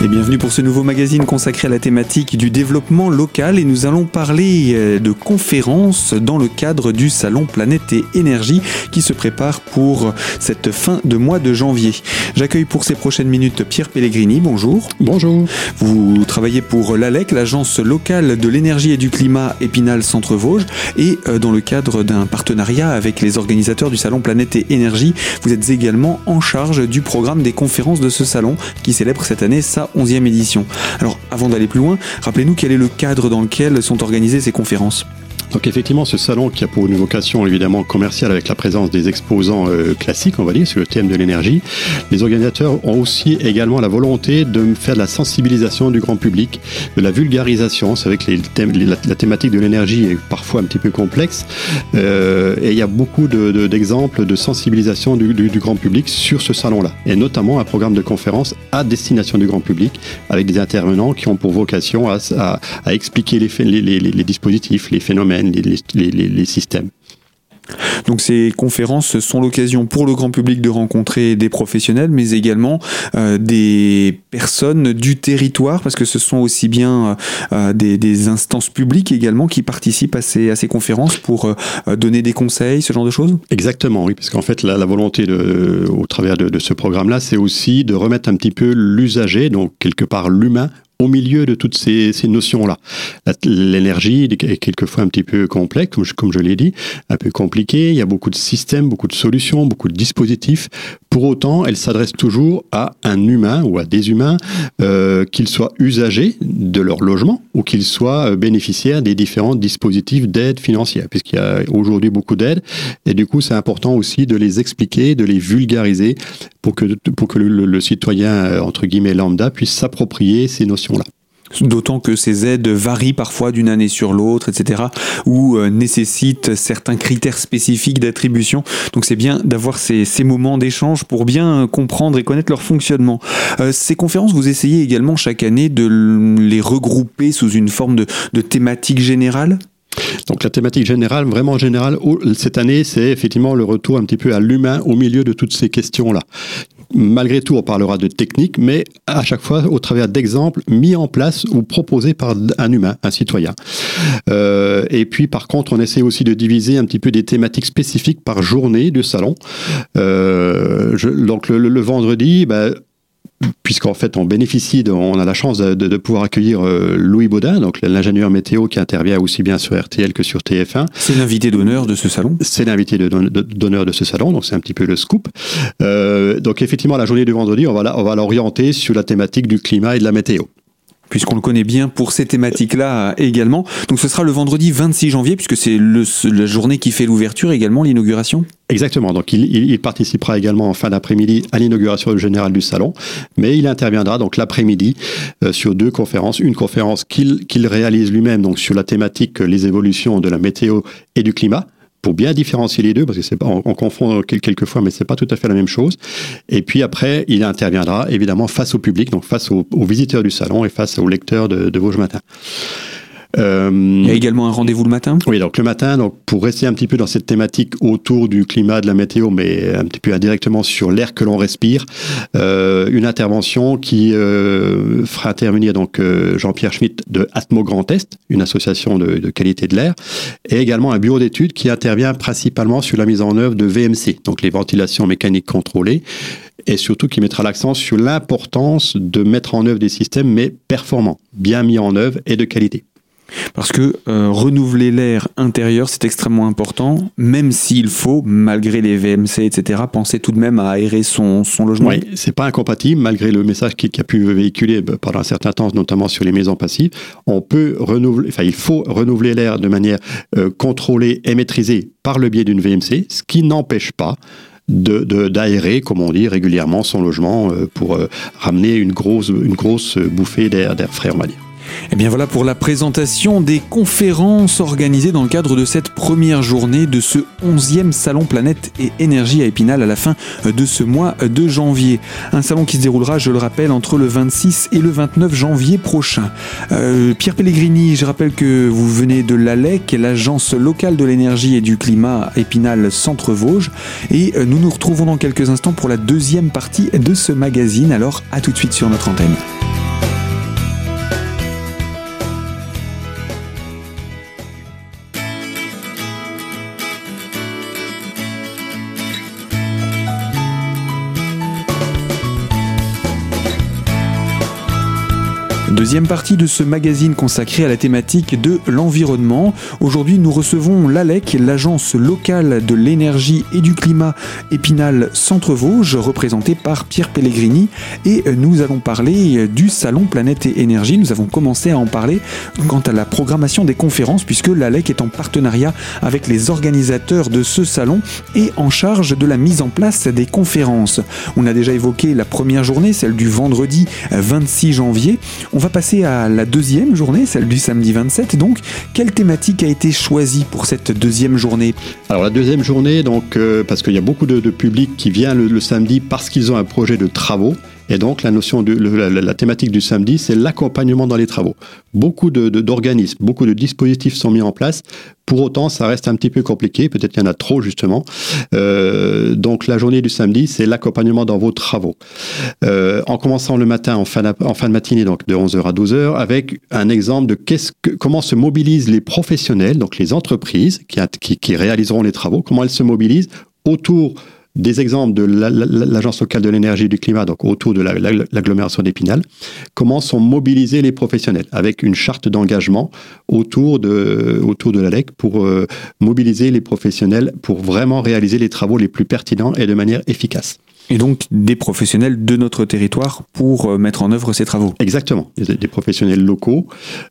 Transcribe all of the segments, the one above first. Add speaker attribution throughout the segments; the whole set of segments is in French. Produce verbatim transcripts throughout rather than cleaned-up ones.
Speaker 1: Et bienvenue pour ce nouveau magazine consacré à la thématique du développement local et nous allons parler de conférences dans le cadre du salon Planète et Énergie qui se prépare pour cette fin de mois de janvier. J'accueille pour ces prochaines minutes Pierre Pellegrini, bonjour.
Speaker 2: Bonjour.
Speaker 1: Vous travaillez pour l'A L E C, l'agence locale de l'énergie et du climat Épinal Centre-Vosges, et dans le cadre d'un partenariat avec les organisateurs du salon Planète et Énergie, vous êtes également en charge du programme des conférences de ce salon qui célèbre cette année sa onzième édition. Alors, avant d'aller plus loin, rappelez-nous quel est le cadre dans lequel sont organisées ces conférences.
Speaker 2: Donc effectivement, ce salon qui a pour une vocation évidemment commerciale avec la présence des exposants euh, classiques, on va dire, sur le thème de l'énergie, les organisateurs ont aussi également la volonté de faire de la sensibilisation du grand public, de la vulgarisation. C'est vrai que les thèmes, les, la, la thématique de l'énergie est parfois un petit peu complexe euh, et il y a beaucoup de, de, d'exemples de sensibilisation du, du, du grand public sur ce salon-là, et notamment un programme de conférences à destination du grand public avec des intervenants qui ont pour vocation à, à, à expliquer les, les, les, les dispositifs, les phénomènes, Les, les, les, les systèmes.
Speaker 1: Donc ces conférences sont l'occasion pour le grand public de rencontrer des professionnels, mais également euh, des personnes du territoire, parce que ce sont aussi bien euh, des, des instances publiques également qui participent à ces, à ces conférences pour euh, donner des conseils, ce genre de choses ?
Speaker 2: Exactement, oui, parce qu'en fait la, la volonté de, au travers de, de ce programme-là, c'est aussi de remettre un petit peu l'usager, donc quelque part l'humain, au milieu de toutes ces, ces notions-là. La, l'énergie est quelquefois un petit peu complexe, comme je, comme je l'ai dit, un peu compliquée. Il y a beaucoup de systèmes, beaucoup de solutions, beaucoup de dispositifs. Pour autant, elle s'adresse toujours à un humain ou à des humains, euh, qu'ils soient usagers de leur logement ou qu'ils soient bénéficiaires des différents dispositifs d'aide financière, puisqu'il y a aujourd'hui beaucoup d'aides. Et du coup, c'est important aussi de les expliquer, de les vulgariser pour que, pour que le, le, le citoyen, entre guillemets, lambda, puisse s'approprier ces notions-là.
Speaker 1: D'autant que ces aides varient parfois d'une année sur l'autre, et cetera, ou euh, nécessitent certains critères spécifiques d'attribution. Donc c'est bien d'avoir ces, ces moments d'échange pour bien comprendre et connaître leur fonctionnement. Euh, ces conférences, vous essayez également chaque année de les regrouper sous une forme de, de thématique générale ?
Speaker 2: Donc la thématique générale, vraiment générale, cette année, c'est effectivement le retour un petit peu à l'humain au milieu de toutes ces questions-là. Malgré tout, on parlera de technique, mais à chaque fois au travers d'exemples mis en place ou proposés par un humain, un citoyen. Euh, et puis, par contre, on essaie aussi de diviser un petit peu des thématiques spécifiques par journée du salon. Euh, je, donc le, le vendredi, ben, puisqu'en fait on bénéficie, de, on a la chance de, de, de pouvoir accueillir euh, Louis Baudin, donc l'ingénieur météo qui intervient aussi bien sur R T L que sur T F un.
Speaker 1: C'est l'invité d'honneur de ce salon.
Speaker 2: C'est l'invité de, de, d'honneur de ce salon, donc c'est un petit peu le scoop. Euh, donc effectivement, la journée du vendredi, on va, la, on va l'orienter sur la thématique du climat et de la météo.
Speaker 1: Puisqu'on le connaît bien pour ces thématiques-là également. Donc ce sera le vendredi vingt-six janvier, puisque c'est le, la journée qui fait l'ouverture également, l'inauguration. Exactement,
Speaker 2: donc il, il, il participera également en fin d'après-midi à l'inauguration générale du salon, mais il interviendra donc l'après-midi euh, sur deux conférences. Une conférence qu'il, qu'il réalise lui-même donc sur la thématique les évolutions de la météo et du climat, pour bien différencier les deux, parce que c'est pas, on, on confond quelquefois, mais c'est pas tout à fait la même chose. Et puis après, il interviendra évidemment face au public, donc face aux, aux visiteurs du salon et face aux lecteurs de, de Vosges Matin.
Speaker 1: Euh, il y a également un rendez-vous le matin ?
Speaker 2: Oui, donc le matin, donc pour rester un petit peu dans cette thématique autour du climat, de la météo, mais un petit peu indirectement sur l'air que l'on respire, euh, une intervention qui euh, fera intervenir donc euh, Jean-Pierre Schmitt de Atmo Grand Est, une association de, de qualité de l'air, et également un bureau d'études qui intervient principalement sur la mise en œuvre de V M C, donc les ventilations mécaniques contrôlées, et surtout qui mettra l'accent sur l'importance de mettre en œuvre des systèmes, mais performants, bien mis en œuvre et de qualité.
Speaker 1: Parce que euh, renouveler l'air intérieur, c'est extrêmement important, même s'il faut, malgré les V M C, et cetera, penser tout de même à aérer son, son logement.
Speaker 2: Oui, c'est pas incompatible, malgré le message qui, qui a pu véhiculer pendant un certain temps, notamment sur les maisons passives. On peut renouveler, enfin, il faut renouveler l'air de manière euh, contrôlée et maîtrisée par le biais d'une V M C, ce qui n'empêche pas De, de, d'aérer, comme on dit, régulièrement son logement euh, pour euh, ramener une grosse, une grosse bouffée d'air, d'air frais, on va dire.
Speaker 1: Et bien voilà pour la présentation des conférences organisées dans le cadre de cette première journée de ce onzième salon Planète et Énergie à Épinal à la fin de ce mois de janvier. Un salon qui se déroulera, je le rappelle, entre le vingt-six et le vingt-neuf janvier prochain. Euh, Pierre Pellegrini, je rappelle que vous venez de l'A L E C, l'agence locale de l'énergie et du climat Épinal Centre-Vosges, et nous nous retrouvons dans quelques instants pour la deuxième partie de ce magazine. Alors à tout de suite sur notre antenne. Deuxième partie de ce magazine consacré à la thématique de l'environnement. Aujourd'hui, nous recevons l'A L E C, l'Agence locale de l'énergie et du climat Épinal Centre-Vosges, représentée par Pierre Pellegrini. Et nous allons parler du Salon Planète et Énergie. Nous avons commencé à en parler quant à la programmation des conférences, puisque l'A L E C est en partenariat avec les organisateurs de ce salon et en charge de la mise en place des conférences. On a déjà évoqué la première journée, celle du vendredi vingt-six janvier. On va passer à la deuxième journée, celle du samedi vingt-sept. Donc, quelle thématique a été choisie pour cette deuxième journée ?
Speaker 2: Alors la deuxième journée, donc euh, parce qu'il y a beaucoup de, de public qui vient le, le samedi parce qu'ils ont un projet de travaux. Et donc, la notion de le, la, la thématique du samedi, c'est l'accompagnement dans les travaux. Beaucoup de, de, d'organismes, beaucoup de dispositifs sont mis en place. Pour autant, ça reste un petit peu compliqué. Peut-être qu'il y en a trop, justement. Euh, donc, la journée du samedi, c'est l'accompagnement dans vos travaux. Euh, en commençant le matin, en fin, en fin de matinée, donc de onze heures à douze heures, avec un exemple de qu'est-ce que, comment se mobilisent les professionnels, donc les entreprises qui, qui, qui réaliseront les travaux, comment elles se mobilisent autour des exemples de la, la, l'Agence locale de l'énergie et du climat, donc autour de la, la, l'agglomération d'Épinal, comment sont mobilisés les professionnels, avec une charte d'engagement autour de, autour de l'A L E C pour euh, mobiliser les professionnels pour vraiment réaliser les travaux les plus pertinents et de manière efficace.
Speaker 1: Et donc des professionnels de notre territoire pour euh, mettre en œuvre ces travaux.
Speaker 2: Exactement, des, des professionnels locaux.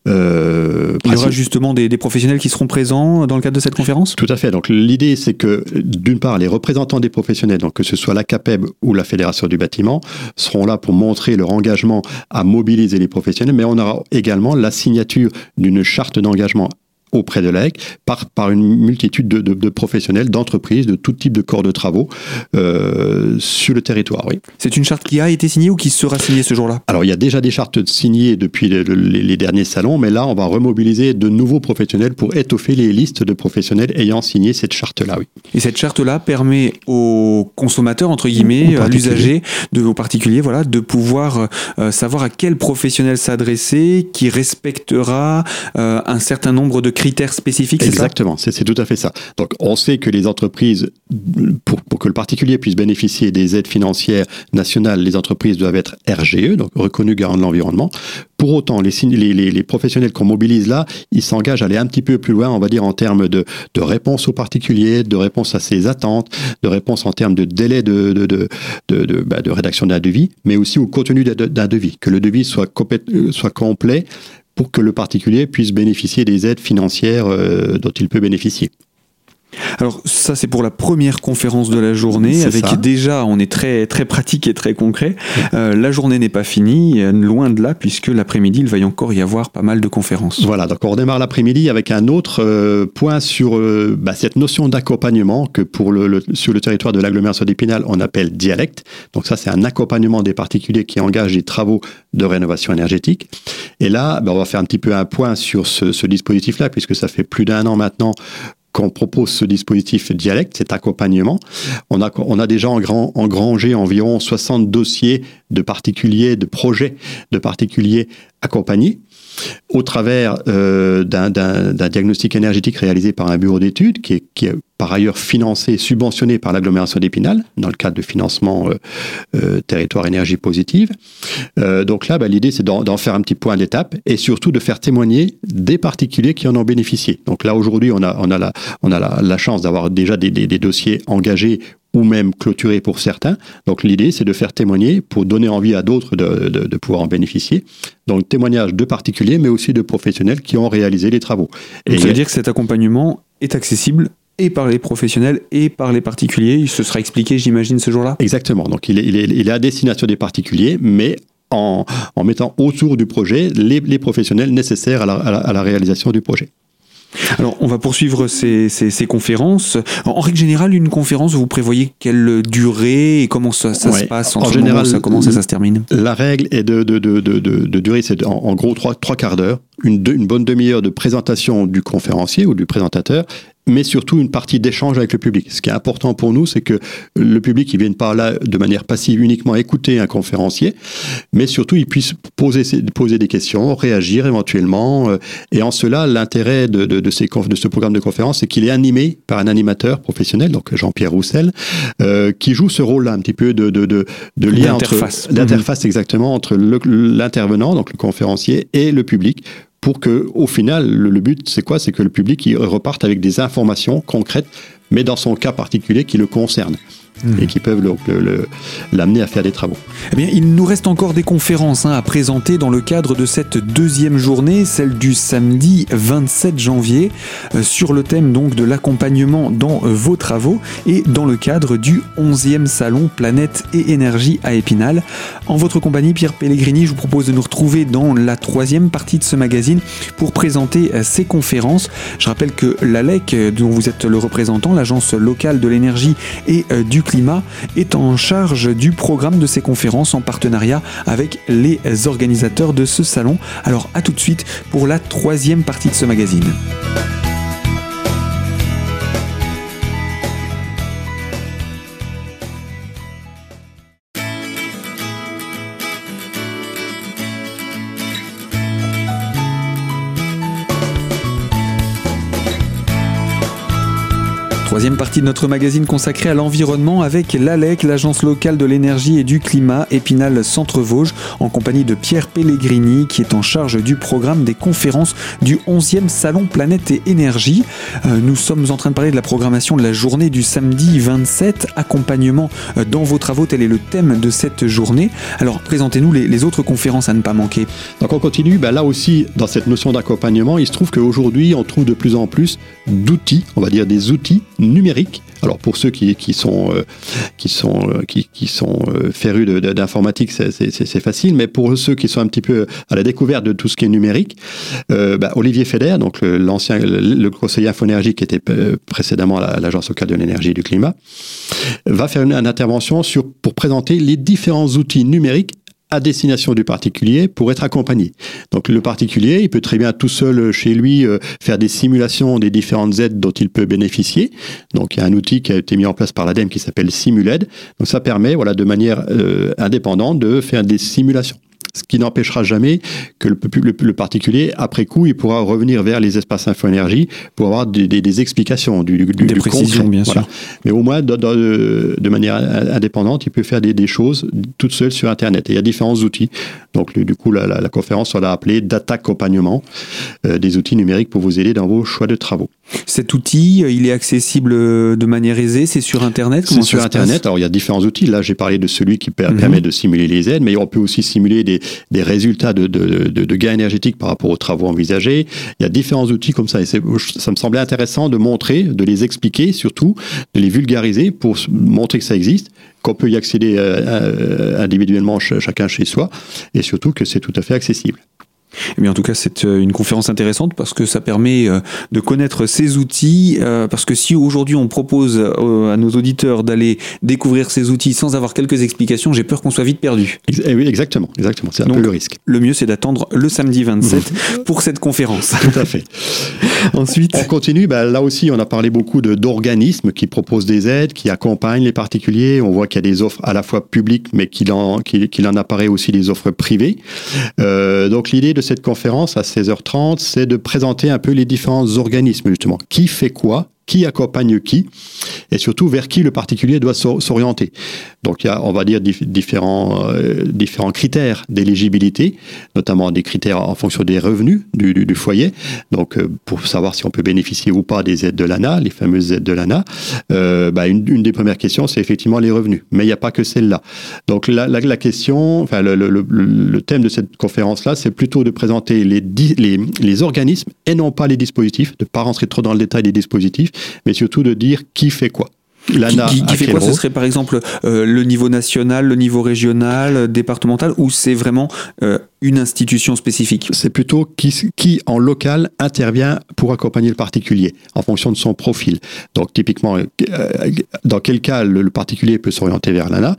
Speaker 2: Euh,
Speaker 1: Il y aura justement des, des professionnels qui seront présents dans le cadre de cette conférence ?
Speaker 2: Tout à fait. Donc l'idée, c'est que d'une part, les représentants des professionnels, donc que ce soit la CAPEB ou la Fédération du bâtiment, seront là pour montrer leur engagement à mobiliser les professionnels, mais on aura également la signature d'une charte d'engagement auprès de l'A L E C, par, par une multitude de, de, de professionnels, d'entreprises, de tout type de corps de travaux euh, sur le territoire, oui.
Speaker 1: C'est une charte qui a été signée ou qui sera signée ce jour-là ?
Speaker 2: Alors, il y a déjà des chartes signées depuis les, les, les derniers salons, mais là, on va remobiliser de nouveaux professionnels pour étoffer les listes de professionnels ayant signé cette charte-là, oui.
Speaker 1: Et cette charte-là permet aux consommateurs, entre guillemets, à l'usager, de, aux particuliers, voilà, de pouvoir euh, savoir à quel professionnel s'adresser, qui respectera euh, un certain nombre de critères critères spécifiques, c'est
Speaker 2: Exactement,
Speaker 1: ça ?
Speaker 2: c'est, c'est tout à fait ça. Donc, on sait que les entreprises, pour, pour que le particulier puisse bénéficier des aides financières nationales, les entreprises doivent être R G E, donc reconnues garant de l'environnement. Pour autant, les, les, les, les professionnels qu'on mobilise là, ils s'engagent à aller un petit peu plus loin, on va dire, en termes de, de réponse aux particuliers, de réponse à ses attentes, de réponse en termes de délai de, de, de, de, de, bah, de rédaction d'un devis, mais aussi au contenu d'un devis, que le devis soit, compé- soit complet, pour que le particulier puisse bénéficier des aides financières euh, dont il peut bénéficier.
Speaker 1: Alors ça, c'est pour la première conférence de la journée,
Speaker 2: c'est
Speaker 1: avec
Speaker 2: ça.
Speaker 1: Déjà on est très, très pratique et très concret. Euh, la journée n'est pas finie, loin de là, puisque l'après-midi il va y encore y avoir pas mal de conférences.
Speaker 2: Voilà, donc on redémarre l'après-midi avec un autre euh, point sur euh, bah, cette notion d'accompagnement que pour le, le, sur le territoire de l'agglomération d'Épinal on appelle dialecte. Donc ça, c'est un accompagnement des particuliers qui engagent des travaux de rénovation énergétique. Et là, bah, on va faire un petit peu un point sur ce, ce dispositif-là, puisque ça fait plus d'un an maintenant qu'on propose ce dispositif dialecte, cet accompagnement. On a, on a déjà engrangé environ soixante dossiers de particuliers, de projets de particuliers accompagnés au travers euh, d'un, d'un, d'un diagnostic énergétique réalisé par un bureau d'études qui est, qui est par ailleurs financé, subventionné par l'agglomération d'Épinal dans le cadre de financement euh, euh, territoire énergie positive. Euh, donc là, bah, l'idée, c'est d'en, d'en faire un petit point d'étape et surtout de faire témoigner des particuliers qui en ont bénéficié. Donc là, aujourd'hui, on a, on a, la, on a la, la chance d'avoir déjà des, des, des dossiers engagés ou même clôturés pour certains. Donc l'idée, c'est de faire témoigner pour donner envie à d'autres de, de, de pouvoir en bénéficier. Donc témoignage de particuliers, mais aussi de professionnels qui ont réalisé les travaux.
Speaker 1: Donc
Speaker 2: et
Speaker 1: ça veut dire que cet accompagnement est accessible et par les professionnels et par les particuliers. Ce sera expliqué, j'imagine, ce jour-là ?
Speaker 2: Exactement. Donc il est, il est, il est à destination des particuliers, mais en, en mettant autour du projet les, les professionnels nécessaires à la, à la, à la réalisation du projet.
Speaker 1: Alors, on va poursuivre ces, ces, ces conférences. En règle générale, une conférence, vous prévoyez quelle durée et comment ça, ça ouais. se passe
Speaker 2: En général,
Speaker 1: ça commence et ça se termine ?
Speaker 2: La règle est de, de, de, de, de, de durée, c'est en, en gros trois, trois quarts d'heure, une, de, une bonne demi-heure de présentation du conférencier ou du présentateur mais surtout une partie d'échange avec le public. Ce qui est important pour nous, c'est que le public, il vienne pas là de manière passive uniquement écouter un conférencier, mais surtout il puisse poser, poser des questions, réagir éventuellement. Euh, et en cela, l'intérêt de, de, de, ces, de ce programme de conférence, c'est qu'il est animé par un animateur professionnel, donc Jean-Pierre Roussel, euh, qui joue ce rôle-là un petit peu de, de, de, de lien entre d'interface mmh. exactement entre le, l'intervenant, donc le conférencier, et le public. Pour que, au final, le, le but, c'est quoi? C'est que le public il reparte avec des informations concrètes, mais dans son cas particulier qui le concerne. Mmh. Et qui peuvent le, le, le, l'amener à faire des travaux.
Speaker 1: Eh bien, il nous reste encore des conférences hein, à présenter dans le cadre de cette deuxième journée, celle du samedi vingt-sept janvier, euh, sur le thème donc de l'accompagnement dans euh, vos travaux et dans le cadre du onzième salon Planète et Énergie à Épinal. En votre compagnie, Pierre Pellegrini, je vous propose de nous retrouver dans la troisième partie de ce magazine pour présenter euh, ces conférences. Je rappelle que l'A L E C, dont vous êtes le représentant, l'Agence locale de l'énergie et euh, du climat, est en charge du programme de ces conférences en partenariat avec les organisateurs de ce salon. Alors à tout de suite pour la troisième partie de ce magazine. Troisième partie de notre magazine consacrée à l'environnement avec l'A L E C, l'Agence locale de l'énergie et du climat, Épinal Centre-Vosges, en compagnie de Pierre Pellegrini, qui est en charge du programme des conférences du onzième Salon Planète et Énergie. Euh, nous sommes en train de parler de la programmation de la journée du samedi vingt-sept, accompagnement dans vos travaux, tel est le thème de cette journée. Alors, présentez-nous les, les autres conférences à ne pas manquer.
Speaker 2: Donc on continue, ben là aussi, dans cette notion d'accompagnement, il se trouve qu'aujourd'hui, on trouve de plus en plus d'outils, on va dire des outils numériques. Alors pour ceux qui, qui sont, euh, qui sont, euh, qui, qui sont euh, férus de, de, d'informatique, c'est, c'est, c'est facile, mais pour ceux qui sont un petit peu à la découverte de tout ce qui est numérique, euh, bah, Olivier Feder, donc le, l'ancien, le, le conseiller Infoénergie qui était précédemment à l'Agence locale de l'énergie et du climat, va faire une, une intervention sur, pour présenter les différents outils numériques à destination du particulier pour être accompagné. Donc le particulier, il peut très bien tout seul chez lui euh, faire des simulations des différentes aides dont il peut bénéficier. Donc il y a un outil qui a été mis en place par l'ADEME qui s'appelle Simuled. Donc ça permet, voilà, de manière euh, indépendante de faire des simulations. Ce qui n'empêchera jamais que le, le, le particulier, après coup, il pourra revenir vers les espaces Infoénergie pour avoir des, des, des explications, du, du,
Speaker 1: des
Speaker 2: du
Speaker 1: précisions,
Speaker 2: concret.
Speaker 1: bien
Speaker 2: voilà.
Speaker 1: sûr.
Speaker 2: Mais au moins, de, de, de manière indépendante, il peut faire des, des choses toute seule sur Internet. Et il y a différents outils. Donc, du coup, la, la, la conférence, on l'a appelée Data Accompagnement, euh, des outils numériques pour vous aider dans vos choix de travaux.
Speaker 1: Cet outil, il est accessible de manière aisée, c'est sur Internet?
Speaker 2: Comment c'est sur Internet. Passe? Alors, il y a différents outils. Là, j'ai parlé de celui qui per- mm-hmm. permet de simuler les aides, mais on peut aussi simuler des, des résultats de, de, de, de gains énergétiques par rapport aux travaux envisagés. Il y a différents outils comme ça. Et c'est, ça me semblait intéressant de montrer, de les expliquer surtout, de les vulgariser pour montrer que ça existe, qu'on peut y accéder euh, individuellement ch- chacun chez soi, et surtout que c'est tout à fait accessible.
Speaker 1: Eh bien, en tout cas, c'est une conférence intéressante parce que ça permet de connaître ces outils. Parce que si aujourd'hui on propose à nos auditeurs d'aller découvrir ces outils sans avoir quelques explications, j'ai peur qu'on soit vite perdu.
Speaker 2: Oui, exactement, exactement. C'est un
Speaker 1: Donc,
Speaker 2: peu le risque.
Speaker 1: Le mieux, c'est d'attendre le samedi vingt-sept mmh. pour cette conférence.
Speaker 2: Tout à fait.
Speaker 1: Ensuite,
Speaker 2: on continue. Ben, là aussi, on a parlé beaucoup de, d'organismes qui proposent des aides, qui accompagnent les particuliers. On voit qu'il y a des offres à la fois publiques, mais qu'il en, qu'il, qu'il en apparaît aussi des offres privées. Euh, donc, l'idée de cette conférence à seize heures trente, c'est de présenter un peu les différents organismes, justement. Qui fait quoi ? Qui accompagne qui, et surtout vers qui le particulier doit s'orienter. Donc il y a, on va dire, dif- différents, euh, différents critères d'éligibilité, notamment des critères en fonction des revenus du, du, du foyer, donc euh, pour savoir si on peut bénéficier ou pas des aides de l'A N A, les fameuses aides de l'A N A. Euh, bah, une, une des premières questions, c'est effectivement les revenus, mais il n'y a pas que celle-là. Donc la, la, la question, enfin le, le, le, le thème de cette conférence-là, c'est plutôt de présenter les, les, les organismes et non pas les dispositifs, de ne pas rentrer trop dans le détail des dispositifs, mais surtout de dire qui fait quoi. L'A N A
Speaker 1: qui, qui, qui fait quoi? Ce serait par exemple euh, le niveau national, le niveau régional, euh, départemental, ou c'est vraiment euh, une institution spécifique?
Speaker 2: C'est plutôt qui, qui en local intervient pour accompagner le particulier en fonction de son profil. Donc typiquement, euh, dans quel cas le, le particulier peut s'orienter vers l'A N A,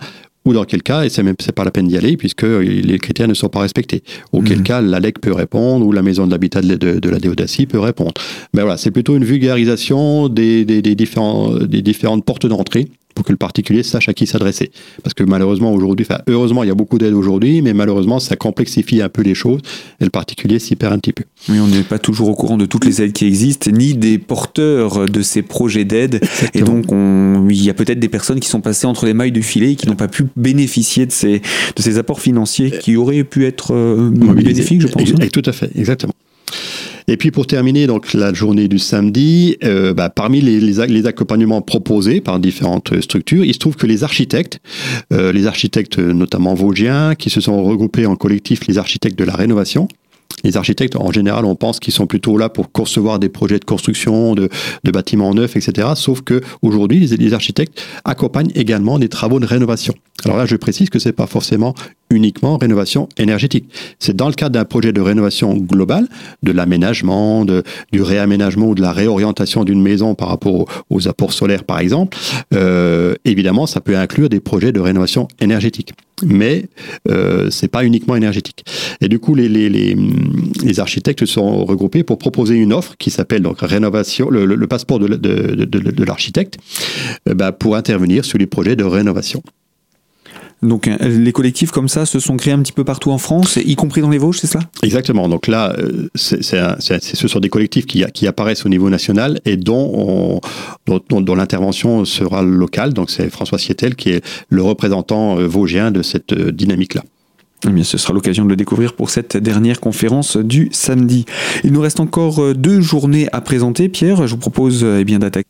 Speaker 2: ou dans quel cas, et c'est même c'est pas la peine d'y aller puisque les critères ne sont pas respectés. Auquel mmh. cas, l'A L E C peut répondre ou la maison de l'habitat de, de, de la D O D A C I peut répondre. Mais voilà, c'est plutôt une vulgarisation des, des, des, différents, des différentes portes d'entrée pour que le particulier sache à qui s'adresser. Parce que malheureusement aujourd'hui, enfin heureusement il y a beaucoup d'aides aujourd'hui, mais malheureusement ça complexifie un peu les choses et le particulier s'y perd un petit peu.
Speaker 1: Oui, on n'est pas toujours au courant de toutes les aides qui existent, ni des porteurs de ces projets d'aide. Exactement. Et donc on, il y a peut-être des personnes qui sont passées entre les mailles du filet et qui n'ont pas pu bénéficier de ces, de ces apports financiers qui auraient pu être euh, bénéfiques, je pense.
Speaker 2: Et, et tout à fait, exactement. Et puis pour terminer donc la journée du samedi, euh, bah, parmi les, les, les accompagnements proposés par différentes structures, il se trouve que les architectes, euh, les architectes notamment vosgiens, qui se sont regroupés en collectif, les architectes de la rénovation. Les architectes, en général, on pense qu'ils sont plutôt là pour concevoir des projets de construction, de, de bâtiments neufs, et cetera. Sauf qu'aujourd'hui, les, les architectes accompagnent également des travaux de rénovation. Alors là, je précise que ce n'est pas forcément uniquement rénovation énergétique. C'est dans le cadre d'un projet de rénovation globale, de l'aménagement, de, du réaménagement ou de la réorientation d'une maison par rapport aux, aux apports solaires, par exemple. Euh, évidemment, ça peut inclure des projets de rénovation énergétique. Mais euh, c'est pas uniquement énergétique. Et du coup, les, les, les, les architectes sont regroupés pour proposer une offre qui s'appelle donc rénovation, le, le, le passeport de, de, de, de, de l'architecte, euh, bah, pour intervenir sur les projets de rénovation.
Speaker 1: Donc les collectifs comme ça se sont créés un petit peu partout en France, y compris dans les Vosges, c'est cela ?
Speaker 2: Exactement. Donc là, c'est, c'est un, c'est, ce sont des collectifs qui, qui apparaissent au niveau national et dont, on, dont, dont, dont l'intervention sera locale. Donc c'est François Sietel qui est le représentant vosgien de cette dynamique-là.
Speaker 1: Eh bien, ce sera l'occasion de le découvrir pour cette dernière conférence du samedi. Il nous reste encore deux journées à présenter. Pierre, je vous propose eh bien, d'attaquer.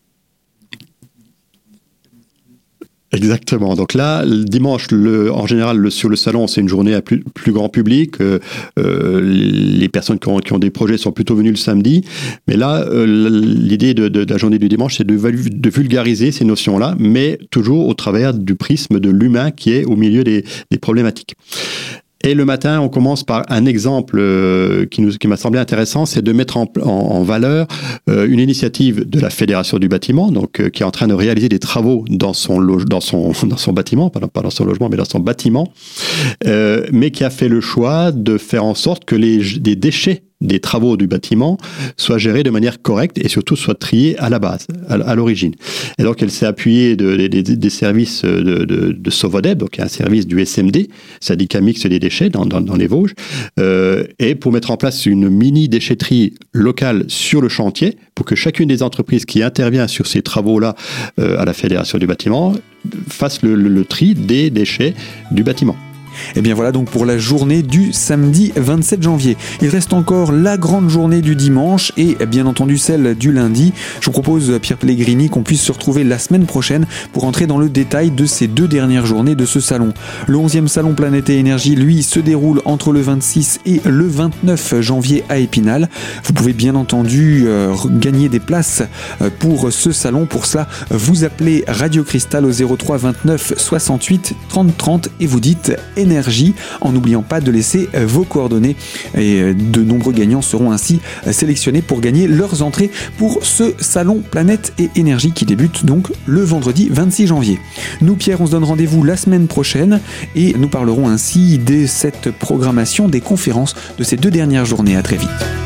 Speaker 2: Exactement. Donc là, le dimanche, le, en général, le, sur le salon, c'est une journée à plus, plus grand public. Euh, euh, les personnes qui ont, qui ont des projets sont plutôt venues le samedi. Mais là, euh, l'idée de, de, de la journée du dimanche, c'est de, de vulgariser ces notions-là, mais toujours au travers du prisme de l'humain qui est au milieu des, des problématiques. Et le matin, on commence par un exemple euh, qui, nous, qui m'a semblé intéressant, c'est de mettre en, en, en valeur euh, une initiative de la Fédération du bâtiment, donc euh, qui est en train de réaliser des travaux dans son, loge, dans son, dans son bâtiment, pardon, pas dans son logement, mais dans son bâtiment, euh, mais qui a fait le choix de faire en sorte que les, les déchets des travaux du bâtiment soient gérés de manière correcte et surtout soient triés à la base, à, à l'origine. Et donc, elle s'est appuyée de, de, de, des services de, de, de Sovodeb, donc un service du S M D, syndicat mixte des déchets dans, dans, dans les Vosges, euh, et pour mettre en place une mini-déchetterie locale sur le chantier, pour que chacune des entreprises qui intervient sur ces travaux-là euh, à la Fédération du bâtiment fasse le, le, le tri des déchets du bâtiment.
Speaker 1: Et bien voilà donc pour la journée du samedi vingt-sept janvier. Il reste encore la grande journée du dimanche et bien entendu celle du lundi. Je vous propose, Pierre Pellegrini, qu'on puisse se retrouver la semaine prochaine pour entrer dans le détail de ces deux dernières journées de ce salon. Le onzième salon Planète et Énergie, lui, se déroule entre le vingt-six et le vingt-neuf janvier à Épinal. Vous pouvez bien entendu euh, gagner des places euh, pour ce salon. Pour cela, vous appelez Radio Cristal au zéro trois vingt-neuf soixante-huit trente trente et vous dites énergie, en n'oubliant pas de laisser vos coordonnées. Et de nombreux gagnants seront ainsi sélectionnés pour gagner leurs entrées pour ce salon Planète et Énergie qui débute donc le vendredi vingt-six janvier. Nous, Pierre, on se donne rendez-vous la semaine prochaine et nous parlerons ainsi de cette programmation des conférences de ces deux dernières journées. À très vite.